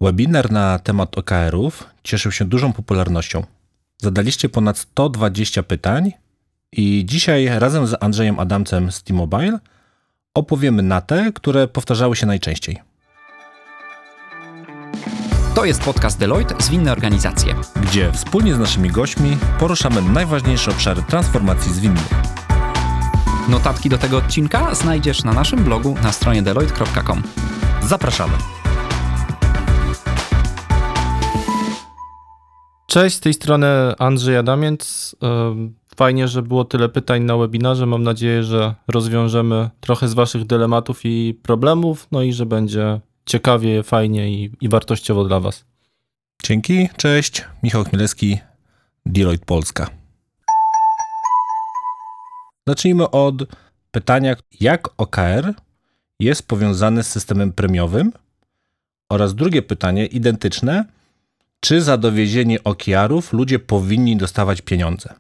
Webinar na temat OKR-ów cieszył się dużą popularnością. Zadaliście ponad 120 pytań i dzisiaj razem z Andrzejem Adamcem z T-Mobile opowiemy na te, które powtarzały się najczęściej. To jest podcast Deloitte Zwinne Organizacje, gdzie wspólnie z naszymi gośćmi poruszamy najważniejsze obszary transformacji zwinnych. Notatki do tego odcinka znajdziesz na naszym blogu na stronie deloitte.com. Zapraszamy! Cześć, z tej strony Andrzej Adamiec. Fajnie, że było tyle pytań na webinarze. Mam nadzieję, że rozwiążemy trochę z waszych dylematów i problemów, no i że będzie ciekawie, fajnie i wartościowo dla was. Dzięki, cześć. Michał Chmielewski, Deloitte Polska. Zacznijmy od pytania, jak OKR jest powiązany z systemem premiowym, oraz drugie pytanie, identyczne, czy za dowiezienie OKR-ów ludzie powinni dostawać pieniądze?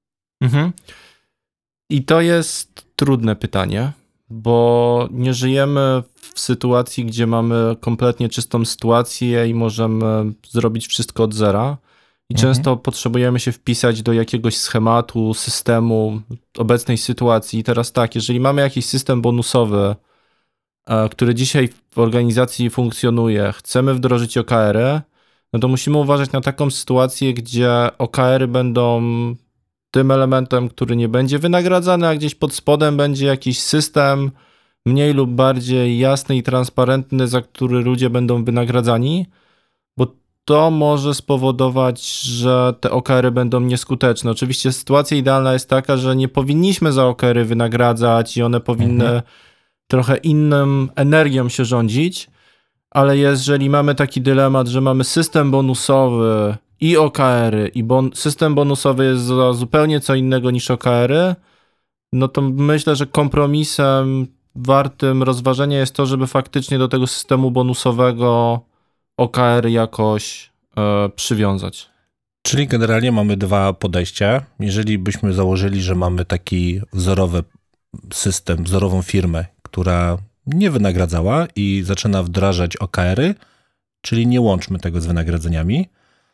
I to jest trudne pytanie, bo nie żyjemy w sytuacji, gdzie mamy kompletnie czystą sytuację i możemy zrobić wszystko od zera. I często potrzebujemy się wpisać do jakiegoś schematu, systemu obecnej sytuacji. I teraz tak, jeżeli mamy jakiś system bonusowy, który dzisiaj w organizacji funkcjonuje, chcemy wdrożyć OKR-y, no to musimy uważać na taką sytuację, gdzie OKR-y będą tym elementem, który nie będzie wynagradzany, a gdzieś pod spodem będzie jakiś system mniej lub bardziej jasny i transparentny, za który ludzie będą wynagradzani, bo to może spowodować, że te OKR-y będą nieskuteczne. Oczywiście sytuacja idealna jest taka, że nie powinniśmy za OKR-y wynagradzać i one powinny trochę inną energią się rządzić, ale jeżeli mamy taki dylemat, że mamy system bonusowy i OKR-y i system bonusowy jest za zupełnie co innego niż OKR-y, no to myślę, że kompromisem wartym rozważenia jest to, żeby faktycznie do tego systemu bonusowego OKR jakoś przywiązać. Czyli generalnie mamy dwa podejścia. Jeżeli byśmy założyli, że mamy taki wzorowy system, wzorową firmę, która nie wynagradzała i zaczyna wdrażać OKR-y, czyli nie łączmy tego z wynagrodzeniami.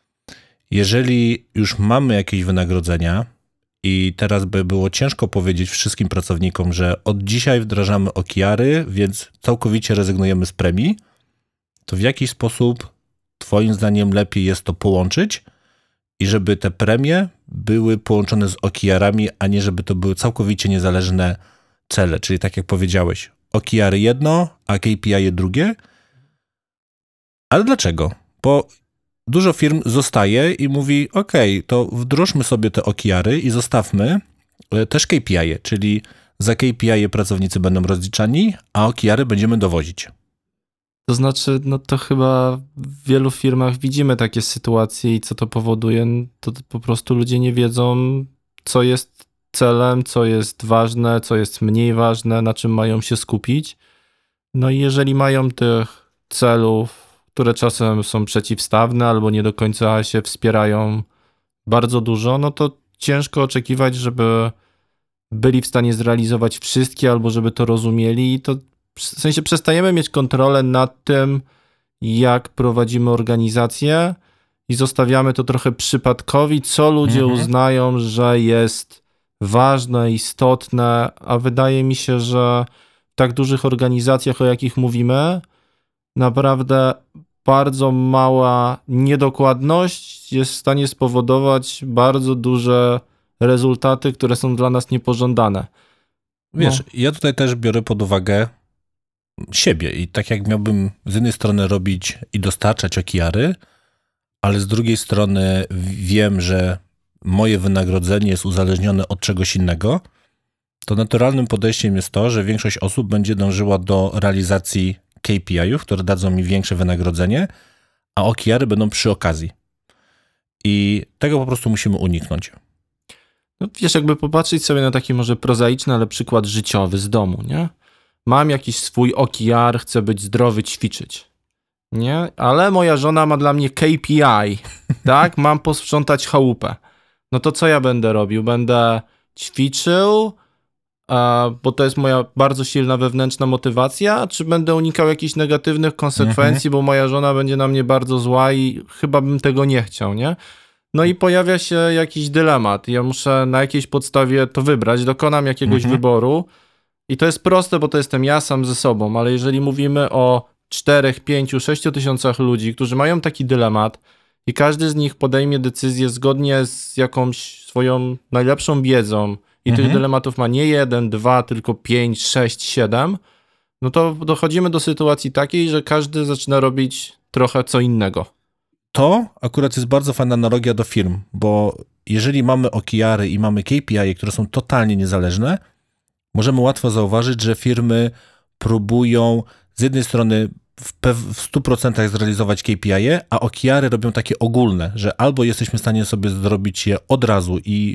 Jeżeli już mamy jakieś wynagrodzenia i teraz by było ciężko powiedzieć wszystkim pracownikom, że od dzisiaj wdrażamy OKR-y, więc całkowicie rezygnujemy z premii, to w jaki sposób twoim zdaniem lepiej jest to połączyć i żeby te premie były połączone z OKR-ami, a nie żeby to były całkowicie niezależne cele, czyli tak jak powiedziałeś, OKR jedno, a KPI drugie. Ale dlaczego? Bo dużo firm zostaje i mówi, to wdrożmy sobie te OKR-y i zostawmy też KPI, czyli za KPI pracownicy będą rozliczani, a OKR-y będziemy dowozić. To znaczy, no to chyba w wielu firmach widzimy takie sytuacje i co to powoduje, to po prostu ludzie nie wiedzą, co jest celem, co jest ważne, co jest mniej ważne, na czym mają się skupić. No i jeżeli mają tych celów, które czasem są przeciwstawne albo nie do końca się wspierają bardzo dużo, no to ciężko oczekiwać, żeby byli w stanie zrealizować wszystkie albo żeby to rozumieli i to w sensie przestajemy mieć kontrolę nad tym, jak prowadzimy organizację i zostawiamy to trochę przypadkowi, co ludzie uznają, że jest ważne, istotne, a wydaje mi się, że w tak dużych organizacjach, o jakich mówimy, naprawdę bardzo mała niedokładność jest w stanie spowodować bardzo duże rezultaty, które są dla nas niepożądane. Wiesz, ja tutaj też biorę pod uwagę siebie i tak jak miałbym z jednej strony robić i dostarczać OKR-y, ale z drugiej strony wiem, że moje wynagrodzenie jest uzależnione od czegoś innego, to naturalnym podejściem jest to, że większość osób będzie dążyła do realizacji KPI-ów, które dadzą mi większe wynagrodzenie, a OKR-y będą przy okazji. I tego po prostu musimy uniknąć. No wiesz, jakby popatrzeć sobie na taki może prozaiczny, ale przykład życiowy z domu, nie? Mam jakiś swój OKR, chcę być zdrowy, ćwiczyć, nie? Ale moja żona ma dla mnie KPI, tak? Mam posprzątać chałupę. No to co ja będę robił? Będę ćwiczył, bo to jest moja bardzo silna wewnętrzna motywacja, czy będę unikał jakichś negatywnych konsekwencji, bo moja żona będzie na mnie bardzo zła i chyba bym tego nie chciał, nie? No i pojawia się jakiś dylemat. Ja muszę na jakiejś podstawie to wybrać, dokonam jakiegoś wyboru i to jest proste, bo to jestem ja sam ze sobą, ale jeżeli mówimy o 4, 5, 6 tysiącach ludzi, którzy mają taki dylemat i każdy z nich podejmie decyzję zgodnie z jakąś swoją najlepszą wiedzą i tych dylematów ma nie 1, 2, tylko 5, 6, 7, no to dochodzimy do sytuacji takiej, że każdy zaczyna robić trochę co innego. To akurat jest bardzo fajna analogia do firm, bo jeżeli mamy OKR i mamy KPI, które są totalnie niezależne, możemy łatwo zauważyć, że firmy próbują z jednej strony w 100% zrealizować KPI, a OKR-y robią takie ogólne, że albo jesteśmy w stanie sobie zrobić je od razu i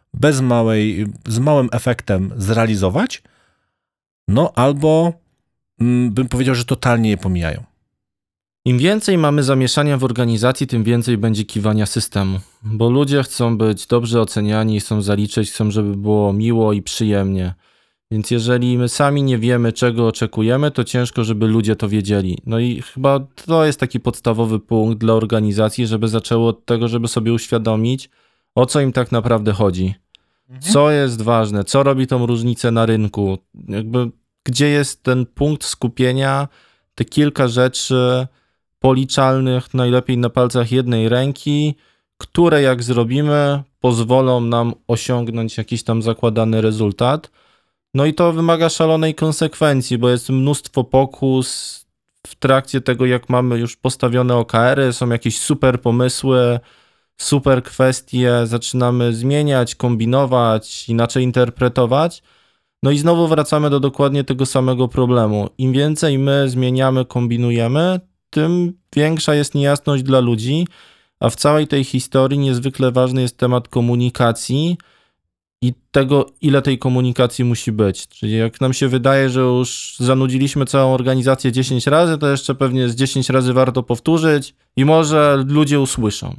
z małym efektem zrealizować, no albo bym powiedział, że totalnie je pomijają. Im więcej mamy zamieszania w organizacji, tym więcej będzie kiwania systemu, bo ludzie chcą być dobrze oceniani, chcą zaliczyć, chcą, żeby było miło i przyjemnie. Więc jeżeli my sami nie wiemy, czego oczekujemy, to ciężko, żeby ludzie to wiedzieli. No i chyba to jest taki podstawowy punkt dla organizacji, żeby zaczęło od tego, żeby sobie uświadomić, o co im tak naprawdę chodzi. Co jest ważne, co robi tą różnicę na rynku, jakby gdzie jest ten punkt skupienia, te kilka rzeczy policzalnych, najlepiej na palcach jednej ręki, które jak zrobimy, pozwolą nam osiągnąć jakiś tam zakładany rezultat. No i to wymaga szalonej konsekwencji, bo jest mnóstwo pokus w trakcie tego, jak mamy już postawione OKR-y, są jakieś super pomysły, super kwestie, zaczynamy zmieniać, kombinować, inaczej interpretować. No i znowu wracamy do dokładnie tego samego problemu. Im więcej my zmieniamy, kombinujemy, tym większa jest niejasność dla ludzi, a w całej tej historii niezwykle ważny jest temat komunikacji i tego, ile tej komunikacji musi być. Czyli jak nam się wydaje, że już zanudziliśmy całą organizację 10 razy, to jeszcze pewnie z 10 razy warto powtórzyć i może ludzie usłyszą.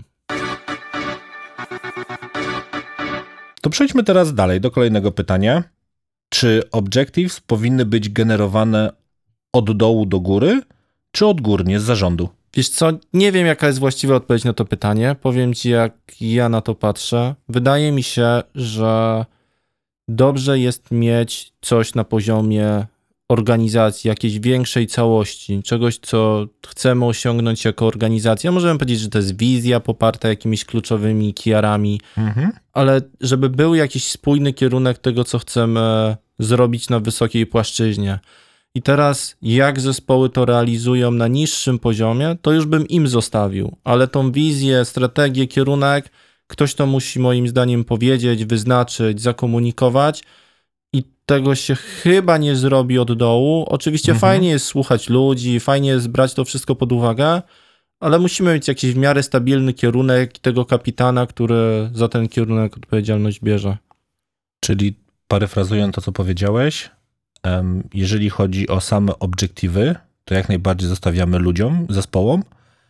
To przejdźmy teraz dalej do kolejnego pytania. Czy objectives powinny być generowane od dołu do góry, czy odgórnie z zarządu? Wiesz co, nie wiem jaka jest właściwa odpowiedź na to pytanie. Powiem ci jak ja na to patrzę. Wydaje mi się, że dobrze jest mieć coś na poziomie organizacji, jakiejś większej całości, czegoś co chcemy osiągnąć jako organizacja. Możemy powiedzieć, że to jest wizja poparta jakimiś kluczowymi KR-ami, ale żeby był jakiś spójny kierunek tego, co chcemy zrobić na wysokiej płaszczyźnie. I teraz jak zespoły to realizują na niższym poziomie, to już bym im zostawił, ale tą wizję, strategię, kierunek ktoś to musi moim zdaniem powiedzieć, wyznaczyć, zakomunikować i tego się chyba nie zrobi od dołu. Oczywiście fajnie jest słuchać ludzi, fajnie jest brać to wszystko pod uwagę, ale musimy mieć jakiś w miarę stabilny kierunek tego kapitana, który za ten kierunek odpowiedzialność bierze. Czyli parafrazując to, co powiedziałeś, jeżeli chodzi o same obiektywy, to jak najbardziej zostawiamy ludziom, zespołom,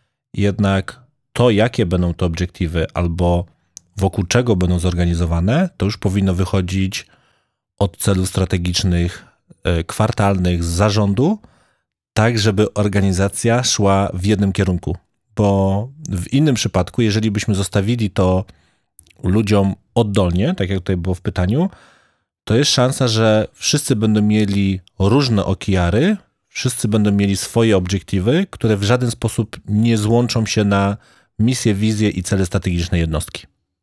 jednak to, jakie będą te obiektywy albo wokół czego będą zorganizowane, to już powinno wychodzić od celów strategicznych, kwartalnych z zarządu, tak żeby organizacja szła w jednym kierunku. Bo w innym przypadku, jeżeli byśmy zostawili to ludziom oddolnie, tak jak tutaj było w pytaniu, to jest szansa, że wszyscy będą mieli różne OKR-y, wszyscy będą mieli swoje obiektywy, które w żaden sposób nie złączą się na misję, wizję i cele strategiczne jednostki.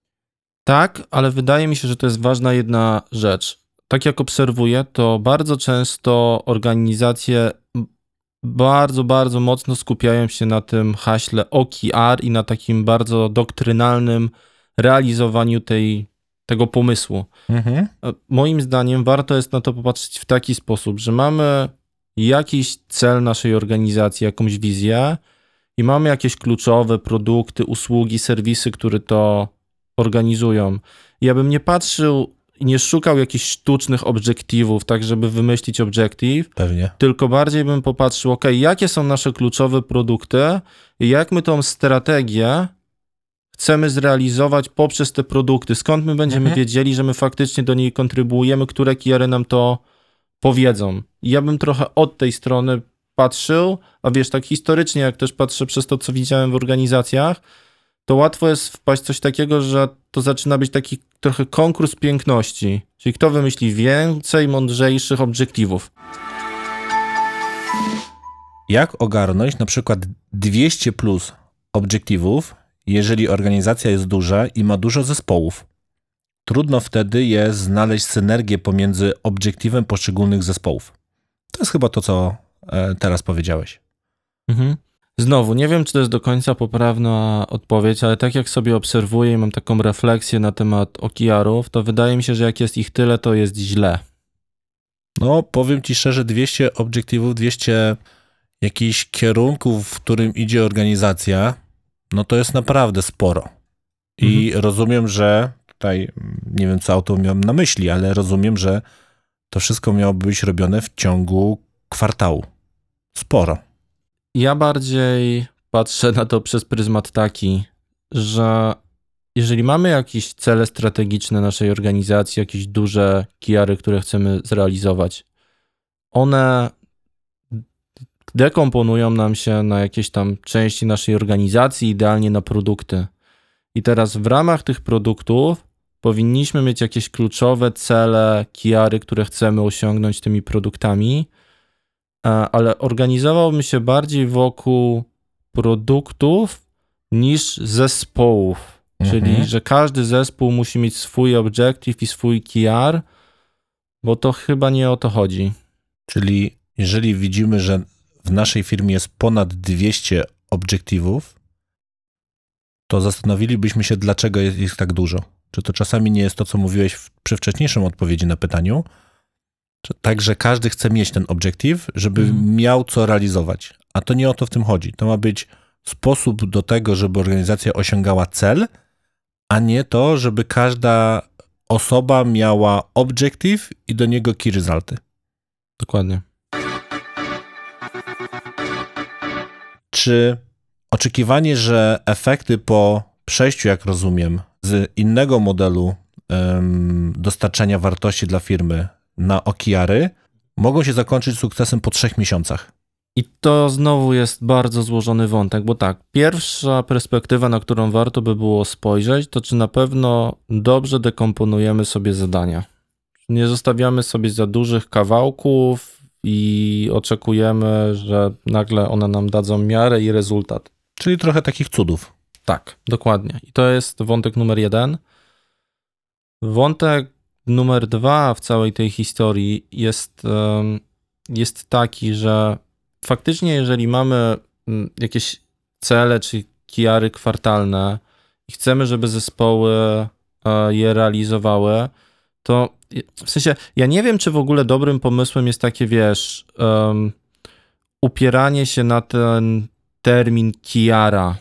Tak, ale wydaje mi się, że to jest ważna jedna rzecz. Tak jak obserwuję, to bardzo często organizacje bardzo, bardzo mocno skupiają się na tym haśle OKR i na takim bardzo doktrynalnym realizowaniu tego pomysłu. Moim zdaniem warto jest na to popatrzeć w taki sposób, że mamy jakiś cel naszej organizacji, jakąś wizję i mamy jakieś kluczowe produkty, usługi, serwisy, które to organizują. Ja bym nie patrzył i nie szukał jakichś sztucznych obiektywów, tak żeby wymyślić obiektyw, Pewnie. tylko bardziej bym popatrzył, jakie są nasze kluczowe produkty i jak my tą strategię chcemy zrealizować poprzez te produkty? Skąd my będziemy wiedzieli, że my faktycznie do niej kontrybuujemy, które key-ary nam to powiedzą? I ja bym trochę od tej strony patrzył, a wiesz, tak historycznie, jak też patrzę przez to, co widziałem w organizacjach, to łatwo jest wpaść w coś takiego, że to zaczyna być taki trochę konkurs piękności. Czyli kto wymyśli więcej mądrzejszych obiektywów. Jak ogarnąć na przykład 200 plus obiektywów, jeżeli organizacja jest duża i ma dużo zespołów? Trudno wtedy jest znaleźć synergię pomiędzy obiektywem poszczególnych zespołów. To jest chyba to, co teraz powiedziałeś. Znowu, nie wiem, czy to jest do końca poprawna odpowiedź, ale tak jak sobie obserwuję i mam taką refleksję na temat OKR-ów, to wydaje mi się, że jak jest ich tyle, to jest źle. No, powiem ci szczerze, 200 obiektywów, 200 jakichś kierunków, w którym idzie organizacja, no to jest naprawdę sporo. I rozumiem, że tutaj, nie wiem, co autor miał na myśli, ale rozumiem, że to wszystko miałoby być robione w ciągu kwartału. Sporo. Ja bardziej patrzę na to przez pryzmat taki, że jeżeli mamy jakieś cele strategiczne naszej organizacji, jakieś duże key-ary, które chcemy zrealizować, one dekomponują nam się na jakieś tam części naszej organizacji, idealnie na produkty. I teraz w ramach tych produktów powinniśmy mieć jakieś kluczowe cele, key-ary, które chcemy osiągnąć tymi produktami, ale organizowałbym się bardziej wokół produktów niż zespołów. Czyli, że każdy zespół musi mieć swój objective i swój KR, bo to chyba nie o to chodzi. Czyli jeżeli widzimy, że w naszej firmie jest ponad 200 obiektywów, to zastanowilibyśmy się, dlaczego jest ich tak dużo. Czy to czasami nie jest to, co mówiłeś przy wcześniejszym odpowiedzi na pytaniu, tak, że każdy chce mieć ten obiektyw, żeby miał co realizować. A to nie o to w tym chodzi. To ma być sposób do tego, żeby organizacja osiągała cel, a nie to, żeby każda osoba miała obiektyw i do niego key resulty. Dokładnie. Czy oczekiwanie, że efekty po przejściu, jak rozumiem, z innego modelu dostarczania wartości dla firmy na OKR-y mogą się zakończyć sukcesem po 3 miesiącach? I to znowu jest bardzo złożony wątek, bo tak, pierwsza perspektywa, na którą warto by było spojrzeć, to czy na pewno dobrze dekomponujemy sobie zadania. Nie zostawiamy sobie za dużych kawałków i oczekujemy, że nagle one nam dadzą miarę i rezultat. Czyli trochę takich cudów. Tak, dokładnie. I to jest wątek numer 1. Wątek numer 2 w całej tej historii jest taki, że faktycznie jeżeli mamy jakieś cele czy key-ary kwartalne i chcemy, żeby zespoły je realizowały, to w sensie ja nie wiem, czy w ogóle dobrym pomysłem jest takie, wiesz, upieranie się na ten termin key-ara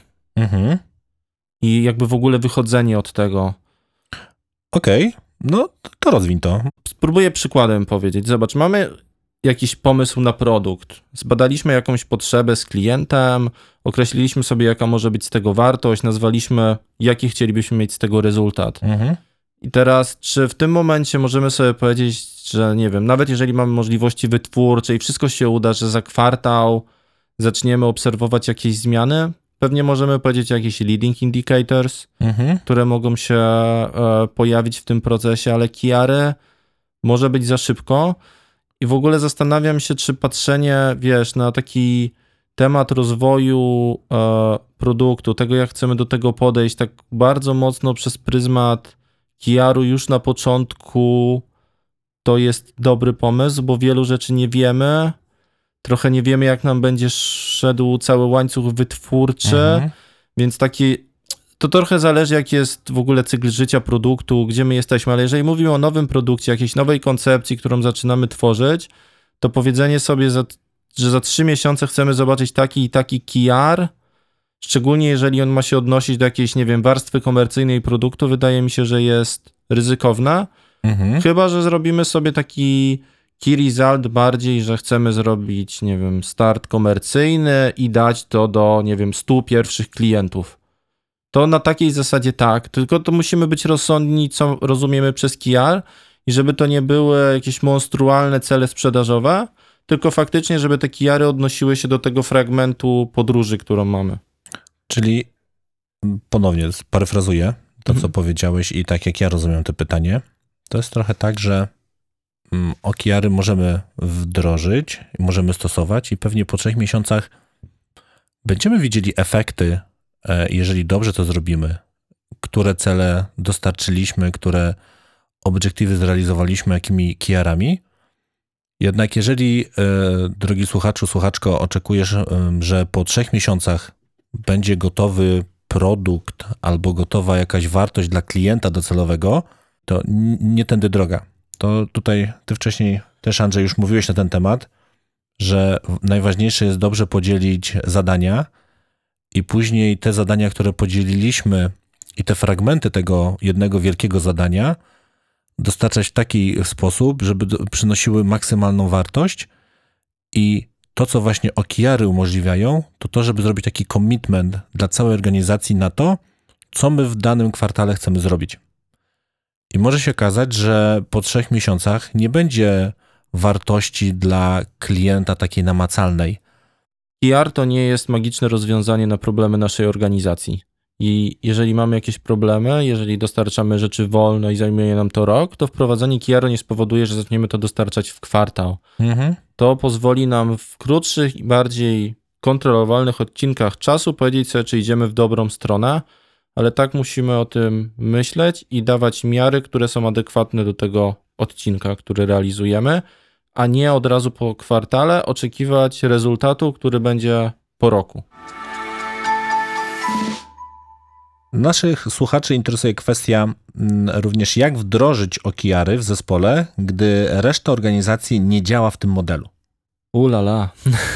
i jakby w ogóle wychodzenie od tego. Okej, no to rozwiń to. Spróbuję przykładem powiedzieć. Zobacz, mamy jakiś pomysł na produkt. Zbadaliśmy jakąś potrzebę z klientem, określiliśmy sobie, jaka może być z tego wartość, nazwaliśmy, jaki chcielibyśmy mieć z tego rezultat. I teraz, czy w tym momencie możemy sobie powiedzieć, że nie wiem, nawet jeżeli mamy możliwości wytwórcze i wszystko się uda, że za kwartał zaczniemy obserwować jakieś zmiany, pewnie możemy powiedzieć jakieś leading indicators, które mogą się pojawić w tym procesie, ale key-ary może być za szybko. I w ogóle zastanawiam się, czy patrzenie, wiesz, na taki temat rozwoju produktu, tego jak chcemy do tego podejść, tak bardzo mocno przez pryzmat key-aru już na początku, to jest dobry pomysł, bo wielu rzeczy nie wiemy. Trochę nie wiemy, jak nam będzie szedł cały łańcuch wytwórczy, więc to trochę zależy, jaki jest w ogóle cykl życia produktu, gdzie my jesteśmy, ale jeżeli mówimy o nowym produkcie, jakiejś nowej koncepcji, którą zaczynamy tworzyć, to powiedzenie sobie, że za 3 miesiące chcemy zobaczyć taki i taki KR, szczególnie jeżeli on ma się odnosić do jakiejś, nie wiem, warstwy komercyjnej produktu, wydaje mi się, że jest ryzykowne, chyba że zrobimy sobie taki key result bardziej, że chcemy zrobić, nie wiem, start komercyjny i dać to do, nie wiem, 100 pierwszych klientów. To na takiej zasadzie tak, tylko to musimy być rozsądni, co rozumiemy przez KR i żeby to nie były jakieś monstrualne cele sprzedażowe, tylko faktycznie, żeby te KR-y odnosiły się do tego fragmentu podróży, którą mamy. Czyli ponownie parafrazuję to, co powiedziałeś i tak jak ja rozumiem to pytanie, to jest trochę tak, że OKR-y możemy wdrożyć, możemy stosować i pewnie po 3 miesiącach będziemy widzieli efekty, jeżeli dobrze to zrobimy, które cele dostarczyliśmy, które obiektywy zrealizowaliśmy, jakimi KR-ami. Jednak jeżeli, drogi słuchaczu, słuchaczko, oczekujesz, że po 3 miesiącach będzie gotowy produkt albo gotowa jakaś wartość dla klienta docelowego, to nie tędy droga. To tutaj ty wcześniej też, Andrzej, już mówiłeś na ten temat, że najważniejsze jest dobrze podzielić zadania i później te zadania, które podzieliliśmy i te fragmenty tego jednego wielkiego zadania dostarczać w taki sposób, żeby przynosiły maksymalną wartość i to, co właśnie OKR-y umożliwiają, to żeby zrobić taki commitment dla całej organizacji na to, co my w danym kwartale chcemy zrobić. I może się okazać, że po 3 miesiącach nie będzie wartości dla klienta takiej namacalnej. KR to nie jest magiczne rozwiązanie na problemy naszej organizacji. I jeżeli mamy jakieś problemy, jeżeli dostarczamy rzeczy wolno i zajmuje nam to rok, to wprowadzenie KR nie spowoduje, że zaczniemy to dostarczać w kwartał. To pozwoli nam w krótszych i bardziej kontrolowalnych odcinkach czasu powiedzieć sobie, czy idziemy w dobrą stronę, ale tak musimy o tym myśleć i dawać miary, które są adekwatne do tego odcinka, który realizujemy, a nie od razu po kwartale oczekiwać rezultatu, który będzie po roku. Naszych słuchaczy interesuje kwestia również, jak wdrożyć OKR-y w zespole, gdy reszta organizacji nie działa w tym modelu. Ulala.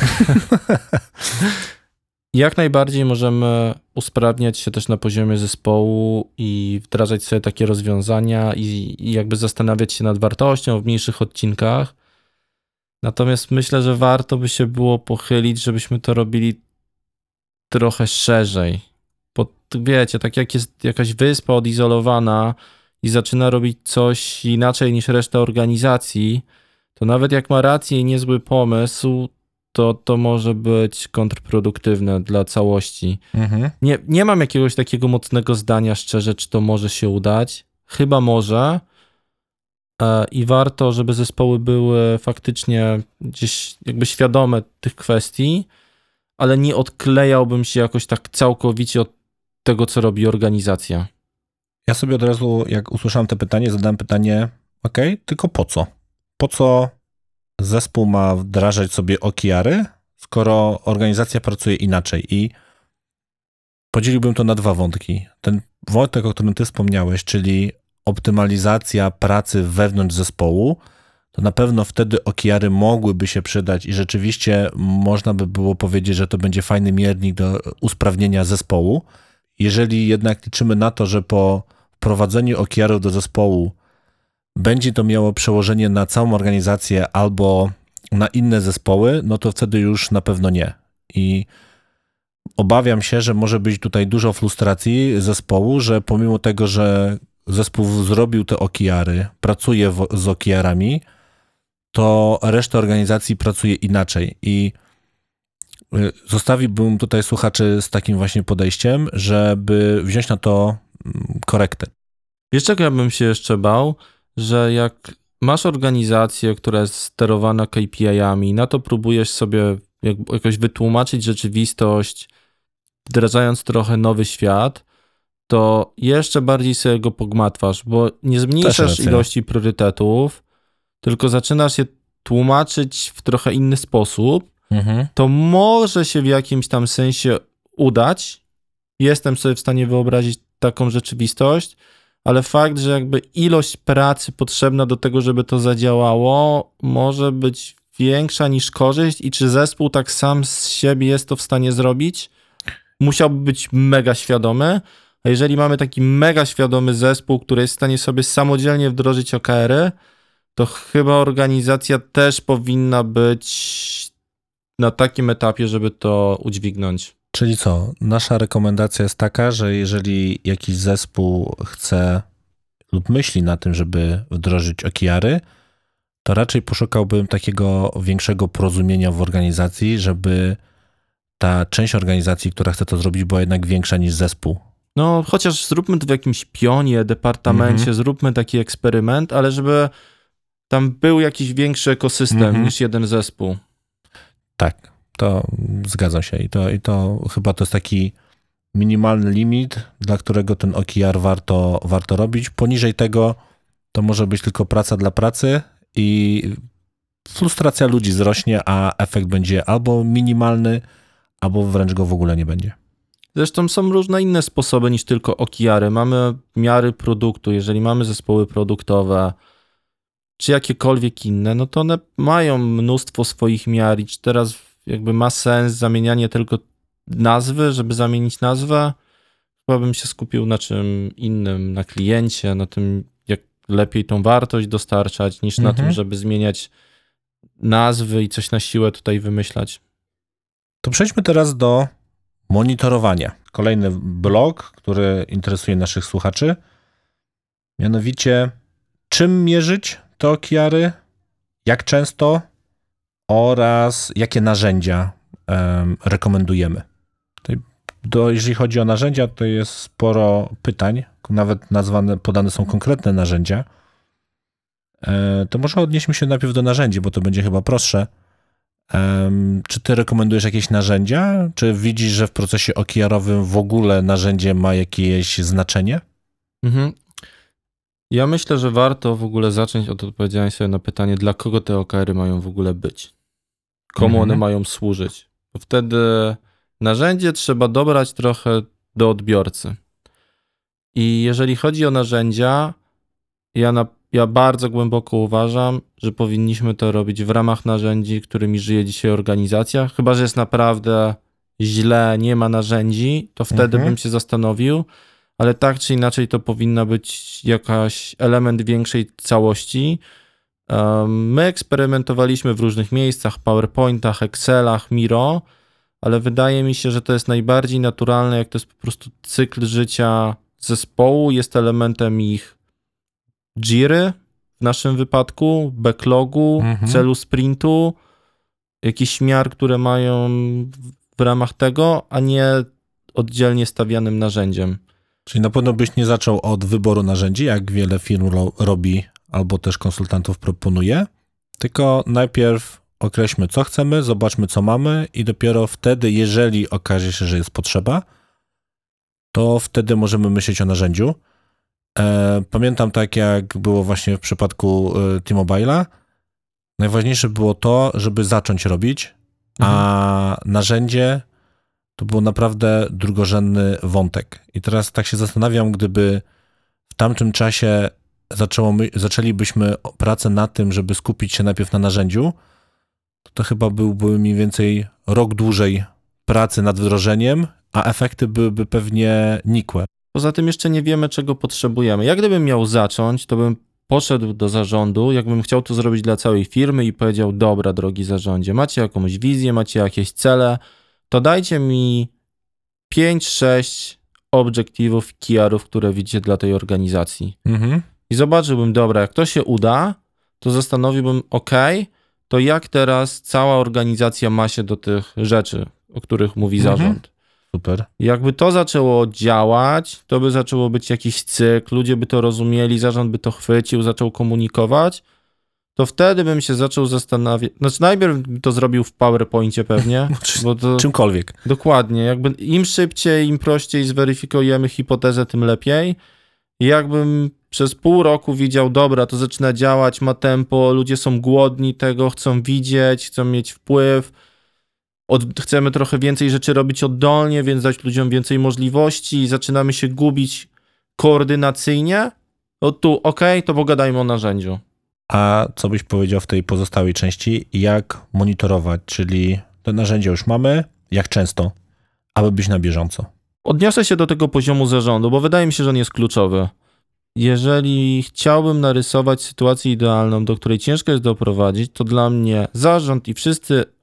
Jak najbardziej możemy usprawniać się też na poziomie zespołu i wdrażać sobie takie rozwiązania i jakby zastanawiać się nad wartością w mniejszych odcinkach. Natomiast myślę, że warto by się było pochylić, żebyśmy to robili trochę szerzej. Bo wiecie, tak jak jest jakaś wyspa odizolowana i zaczyna robić coś inaczej niż reszta organizacji, to nawet jak ma rację i niezły pomysł, to może być kontrproduktywne dla całości. Nie mam jakiegoś takiego mocnego zdania szczerze, czy to może się udać. Chyba może i warto, żeby zespoły były faktycznie gdzieś jakby świadome tych kwestii, ale nie odklejałbym się jakoś tak całkowicie od tego, co robi organizacja. Ja sobie od razu, jak usłyszałem to pytanie, zadałem pytanie, tylko po co? Po co zespół ma wdrażać sobie OKR-y, skoro organizacja pracuje inaczej? I podzieliłbym to na 2 wątki. Ten wątek, o którym ty wspomniałeś, czyli optymalizacja pracy wewnątrz zespołu, to na pewno wtedy OKR-y mogłyby się przydać i rzeczywiście można by było powiedzieć, że to będzie fajny miernik do usprawnienia zespołu. Jeżeli jednak liczymy na to, że po wprowadzeniu OKR-ów do zespołu będzie to miało przełożenie na całą organizację albo na inne zespoły, no to wtedy już na pewno nie. I obawiam się, że może być tutaj dużo frustracji zespołu, że pomimo tego, że zespół zrobił te OKR-y, pracuje z OKR-ami, to reszta organizacji pracuje inaczej. I zostawiłbym tutaj słuchaczy z takim właśnie podejściem, żeby wziąć na to korektę. Wiesz, czego ja bym się jeszcze bał? Że jak masz organizację, która jest sterowana KPI-ami, na to próbujesz sobie jakoś wytłumaczyć rzeczywistość, wdrażając trochę nowy świat, to jeszcze bardziej sobie go pogmatwasz, bo nie zmniejszasz ilości priorytetów, tylko zaczynasz je tłumaczyć w trochę inny sposób. To może się w jakimś tam sensie udać. Jestem sobie w stanie wyobrazić taką rzeczywistość, ale fakt, że jakby ilość pracy potrzebna do tego, żeby to zadziałało, może być większa niż korzyść i czy zespół tak sam z siebie jest to w stanie zrobić? Musiałby być mega świadomy, a jeżeli mamy taki mega świadomy zespół, który jest w stanie sobie samodzielnie wdrożyć OKR-y, to chyba organizacja też powinna być na takim etapie, żeby to udźwignąć. Czyli co? Nasza rekomendacja jest taka, że jeżeli jakiś zespół chce lub myśli na tym, żeby wdrożyć OKR-y, to raczej poszukałbym takiego większego porozumienia w organizacji, żeby ta część organizacji, która chce to zrobić, była jednak większa niż zespół. No, chociaż zróbmy to w jakimś pionie, departamencie, zróbmy taki eksperyment, ale żeby tam był jakiś większy ekosystem niż jeden zespół. Tak, to zgadzam się. I to chyba to jest taki minimalny limit, dla którego ten OKR warto robić. Poniżej tego to może być tylko praca dla pracy i frustracja ludzi wzrośnie, a efekt będzie albo minimalny, albo wręcz go w ogóle nie będzie. Zresztą są różne inne sposoby niż tylko OKR-y. Mamy miary produktu. Jeżeli mamy zespoły produktowe, czy jakiekolwiek inne, no to one mają mnóstwo swoich miar i czy teraz jakby ma sens zamienianie tylko nazwy, żeby zamienić nazwę? Chyba bym się skupił na czym innym, na kliencie, na tym, jak lepiej tą wartość dostarczać, niż na tym, żeby zmieniać nazwy i coś na siłę tutaj wymyślać. To przejdźmy teraz do monitorowania. Kolejny blok, który interesuje naszych słuchaczy. Mianowicie, czym mierzyć te OKR-y, jak często oraz jakie narzędzia rekomendujemy. Jeżeli chodzi o narzędzia, to jest sporo pytań, nawet podane są konkretne narzędzia. To może odnieśmy się najpierw do narzędzi, bo to będzie chyba prostsze. Czy ty rekomendujesz jakieś narzędzia? Czy widzisz, że w procesie OKR-owym w ogóle narzędzie ma jakieś znaczenie? Ja myślę, że warto w ogóle zacząć od odpowiedzenia sobie na pytanie, dla kogo te OKR-y mają w ogóle być. Komu one mają służyć. Bo wtedy narzędzie trzeba dobrać trochę do odbiorcy. I jeżeli chodzi o narzędzia, ja bardzo głęboko uważam, że powinniśmy to robić w ramach narzędzi, którymi żyje dzisiaj organizacja. Chyba że jest naprawdę źle, nie ma narzędzi, to wtedy bym się zastanowił, ale tak czy inaczej to powinna być jakaś element większej całości. My eksperymentowaliśmy w różnych miejscach, PowerPointach, Excelach, Miro, ale wydaje mi się, że to jest najbardziej naturalne, jak to jest po prostu cykl życia zespołu, jest elementem ich Jiry w naszym wypadku, backlogu, celu sprintu, jakichś miar, które mają w ramach tego, a nie oddzielnie stawianym narzędziem. Czyli na pewno byś nie zaczął od wyboru narzędzi, jak wiele firm robi, albo też konsultantów proponuje, tylko najpierw określmy, co chcemy, zobaczmy, co mamy i dopiero wtedy, jeżeli okaże się, że jest potrzeba, to wtedy możemy myśleć o narzędziu. Pamiętam tak, jak było właśnie w przypadku T-Mobile'a, najważniejsze było to, żeby zacząć robić, a narzędzie to był naprawdę drugorzędny wątek. I teraz tak się zastanawiam, gdyby w tamtym czasie zaczęlibyśmy pracę na tym, żeby skupić się najpierw na narzędziu, to chyba byłby mniej więcej rok dłużej pracy nad wdrożeniem, a efekty byłyby pewnie nikłe. Poza tym jeszcze nie wiemy, czego potrzebujemy. Jak gdybym miał zacząć, to bym poszedł do zarządu, jakbym chciał to zrobić dla całej firmy i powiedział, dobra, drogi zarządzie, macie jakąś wizję, macie jakieś cele, to dajcie mi 5-6 obiektywów, KR-ów, które widzicie dla tej organizacji. I zobaczyłbym, dobra, jak to się uda, to zastanowiłbym, to jak teraz cała organizacja ma się do tych rzeczy, o których mówi zarząd. Super. Jakby to zaczęło działać, to by zaczęło być jakiś cykl, ludzie by to rozumieli, zarząd by to chwycił, zaczął komunikować, to wtedy bym się zaczął zastanawiać. Znaczy najpierw bym to zrobił w PowerPoincie pewnie. Bo to, czymkolwiek. Dokładnie. Jakby im szybciej, im prościej zweryfikujemy hipotezę, tym lepiej. I jakbym przez pół roku widział, dobra, to zaczyna działać, ma tempo, ludzie są głodni tego, chcą widzieć, chcą mieć wpływ, chcemy trochę więcej rzeczy robić oddolnie, więc dać ludziom więcej możliwości i zaczynamy się gubić koordynacyjnie, to pogadajmy o narzędziu. A co byś powiedział w tej pozostałej części, jak monitorować, czyli te narzędzia już mamy, jak często, aby być na bieżąco? Odniosę się do tego poziomu zarządu, bo wydaje mi się, że on jest kluczowy. Jeżeli chciałbym narysować sytuację idealną, do której ciężko jest doprowadzić, to dla mnie zarząd i wszyscy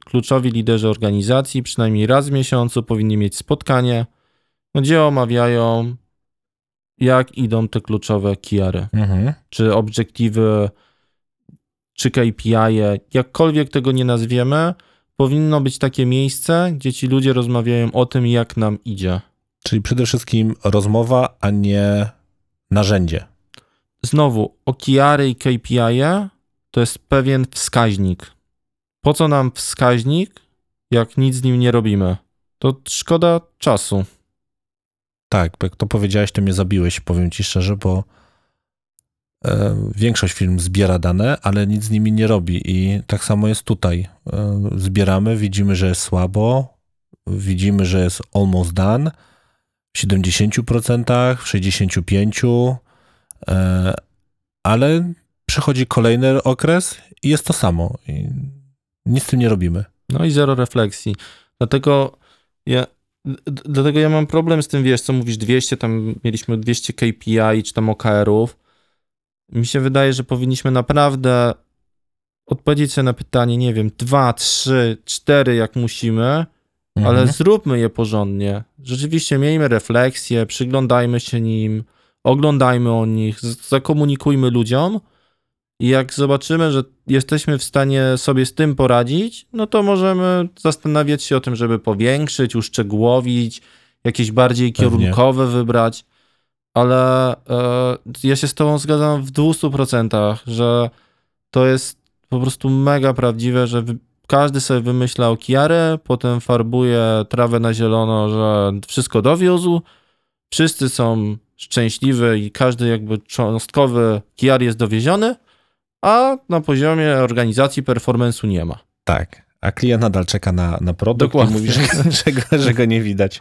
kluczowi liderzy organizacji przynajmniej raz w miesiącu powinni mieć spotkanie, gdzie omawiają, jak idą te kluczowe KR-y, czy obiektywy, czy KPI-e, jakkolwiek tego nie nazwiemy, powinno być takie miejsce, gdzie ci ludzie rozmawiają o tym, jak nam idzie. Czyli przede wszystkim rozmowa, a nie narzędzie. Znowu, OKR-y i KPI-e to jest pewien wskaźnik. Po co nam wskaźnik, jak nic z nim nie robimy? To szkoda czasu. Tak, jak to powiedziałeś, to mnie zabiłeś, powiem ci szczerze, bo większość firm zbiera dane, ale nic z nimi nie robi i tak samo jest tutaj. Zbieramy, widzimy, że jest słabo, widzimy, że jest almost done w 70%, w 65%, ale przychodzi kolejny okres i jest to samo. I nic z tym nie robimy. No i zero refleksji. Dlatego ja mam problem z tym, wiesz, co mówisz, 200, tam mieliśmy 200 KPI czy tam OKR-ów. Mi się wydaje, że powinniśmy naprawdę odpowiedzieć sobie na pytanie, nie wiem, 2, 3, 4 jak musimy, ale zróbmy je porządnie. Rzeczywiście miejmy refleksję, przyglądajmy się nim, oglądajmy o nich, zakomunikujmy ludziom i jak zobaczymy, że jesteśmy w stanie sobie z tym poradzić, no to możemy zastanawiać się o tym, żeby powiększyć, uszczegółowić, jakieś bardziej kierunkowe wybrać, ale ja się z tobą zgadzam w 200%, że to jest po prostu mega prawdziwe, że każdy sobie wymyśla OKR-y, potem farbuje trawę na zielono, że wszystko dowiózł, wszyscy są szczęśliwi i każdy jakby cząstkowy OKR jest dowieziony, a na poziomie organizacji performance'u nie ma. Tak, a klient nadal czeka na produkt. Dokładnie. I mówi, że go nie widać.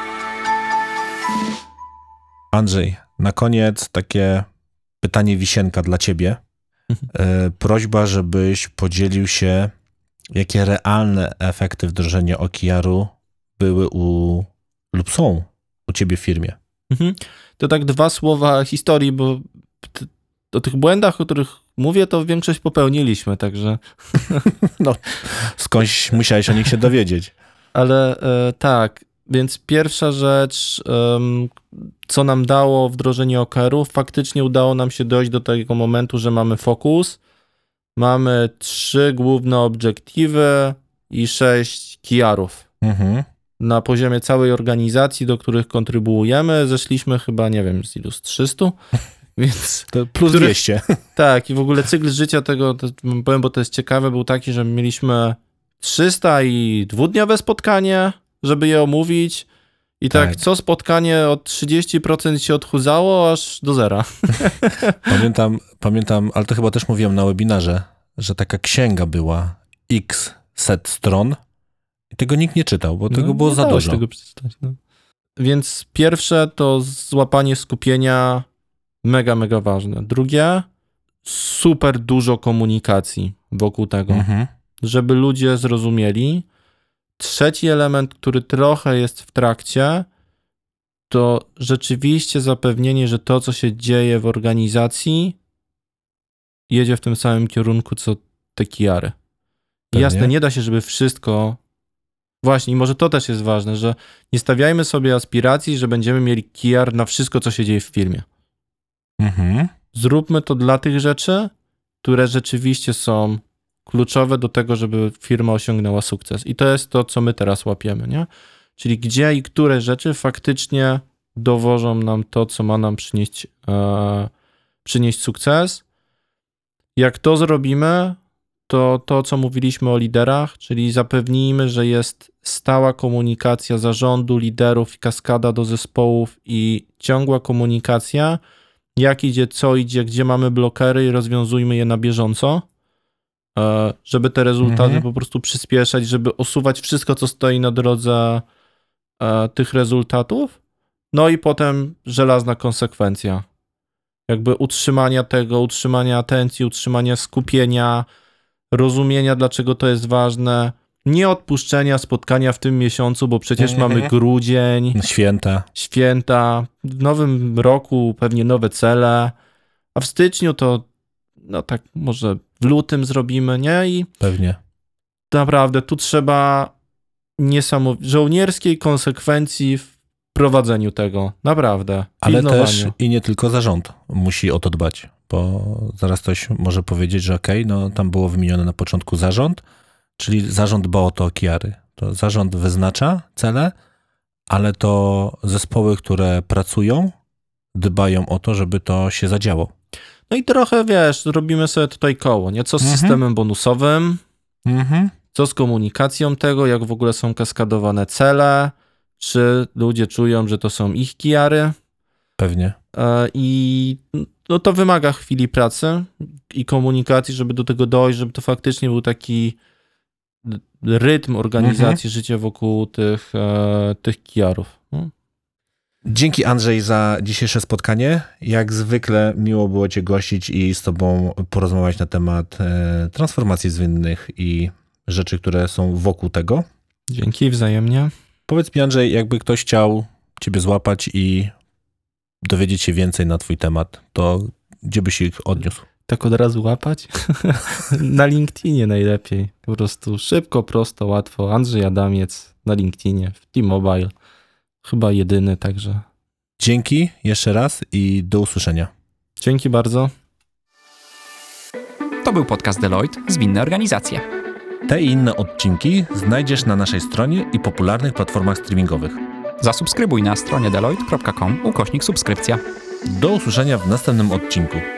Andrzej, na koniec takie pytanie wisienka dla ciebie. Prośba, żebyś podzielił się, jakie realne efekty wdrożenia OKR-u były lub są u ciebie w firmie. To tak 2 słowa historii, bo o tych błędach, o których mówię, to większość popełniliśmy, także... No, skądś musiałeś o nich się dowiedzieć. Ale tak, więc pierwsza rzecz, co nam dało wdrożenie OKR-u, faktycznie udało nam się dojść do tego momentu, że mamy fokus, mamy 3 główne obiektywy i 6 KR-ów. Na poziomie całej organizacji, do których kontrybuujemy, zeszliśmy chyba, nie wiem, z ilu, z 300, więc... To plus 200. Tak, i w ogóle cykl życia tego, powiem, bo to jest ciekawe, był taki, że mieliśmy 300 i 2-dniowe spotkanie, żeby je omówić i tak co spotkanie od 30% się odchudzało, aż do zera. Pamiętam, ale to chyba też mówiłem na webinarze, że taka księga była x set stron i tego nikt nie czytał, bo tego było za dużo. Tego przeczytać, no. Więc pierwsze to złapanie skupienia, mega, mega ważne. Drugie, super dużo komunikacji wokół tego, żeby ludzie zrozumieli. Trzeci element, który trochę jest w trakcie, to rzeczywiście zapewnienie, że to, co się dzieje w organizacji, jedzie w tym samym kierunku, co te KR-y. Jasne, nie da się, żeby wszystko... Właśnie, i może to też jest ważne, że nie stawiajmy sobie aspiracji, że będziemy mieli KR na wszystko, co się dzieje w firmie. Zróbmy to dla tych rzeczy, które rzeczywiście są kluczowe do tego, żeby firma osiągnęła sukces. I to jest to, co my teraz łapiemy, nie? Czyli gdzie i które rzeczy faktycznie dowożą nam to, co ma nam przynieść sukces. Jak to zrobimy, to, co mówiliśmy o liderach, czyli zapewnijmy, że jest stała komunikacja zarządu, liderów i kaskada do zespołów i ciągła komunikacja, jak idzie, co idzie, gdzie mamy blokery i rozwiązujmy je na bieżąco, żeby te rezultaty po prostu przyspieszać, żeby usuwać wszystko, co stoi na drodze tych rezultatów. No i potem żelazna konsekwencja. Jakby utrzymania tego, utrzymania atencji, utrzymania skupienia, rozumienia, dlaczego to jest ważne. Nie odpuszczenia spotkania w tym miesiącu, bo przecież mamy grudzień. Święta. W nowym roku pewnie nowe cele. A w styczniu to, no tak może w lutym zrobimy, nie? Pewnie. naprawdę tu trzeba żołnierskiej konsekwencji w prowadzeniu tego. Naprawdę. Ale Pilnowaniu. też i nie tylko zarząd musi o to dbać, bo zaraz ktoś może powiedzieć, że okej, no tam było wymienione na początku zarząd, czyli zarząd dba o to OKR-y. To zarząd wyznacza cele, ale to zespoły, które pracują, dbają o to, żeby to się zadziało. No i trochę, wiesz, robimy sobie tutaj koło, nie? Co z systemem bonusowym, co z komunikacją tego, jak w ogóle są kaskadowane cele, czy ludzie czują, że to są ich KR-y. Pewnie. I no to wymaga chwili pracy i komunikacji, żeby do tego dojść, żeby to faktycznie był taki rytm organizacji życia wokół tych KR-ów. No. Dzięki, Andrzej, za dzisiejsze spotkanie. Jak zwykle miło było Cię gościć i z Tobą porozmawiać na temat transformacji zwinnych i rzeczy, które są wokół tego. Dzięki, wzajemnie. Powiedz mi, Andrzej, jakby ktoś chciał Ciebie złapać i dowiedzieć się więcej na Twój temat, to gdzie byś ich odniósł? Tak od razu łapać? Na LinkedInie najlepiej. Po prostu szybko, prosto, łatwo. Andrzej Adamiec na LinkedInie, w T-Mobile. Chyba jedyny, także. Dzięki jeszcze raz i do usłyszenia. Dzięki bardzo. To był podcast Deloitte Zwinne Organizacje. Te i inne odcinki znajdziesz na naszej stronie i popularnych platformach streamingowych. Zasubskrybuj na stronie deloitte.com/subskrypcja. Do usłyszenia w następnym odcinku.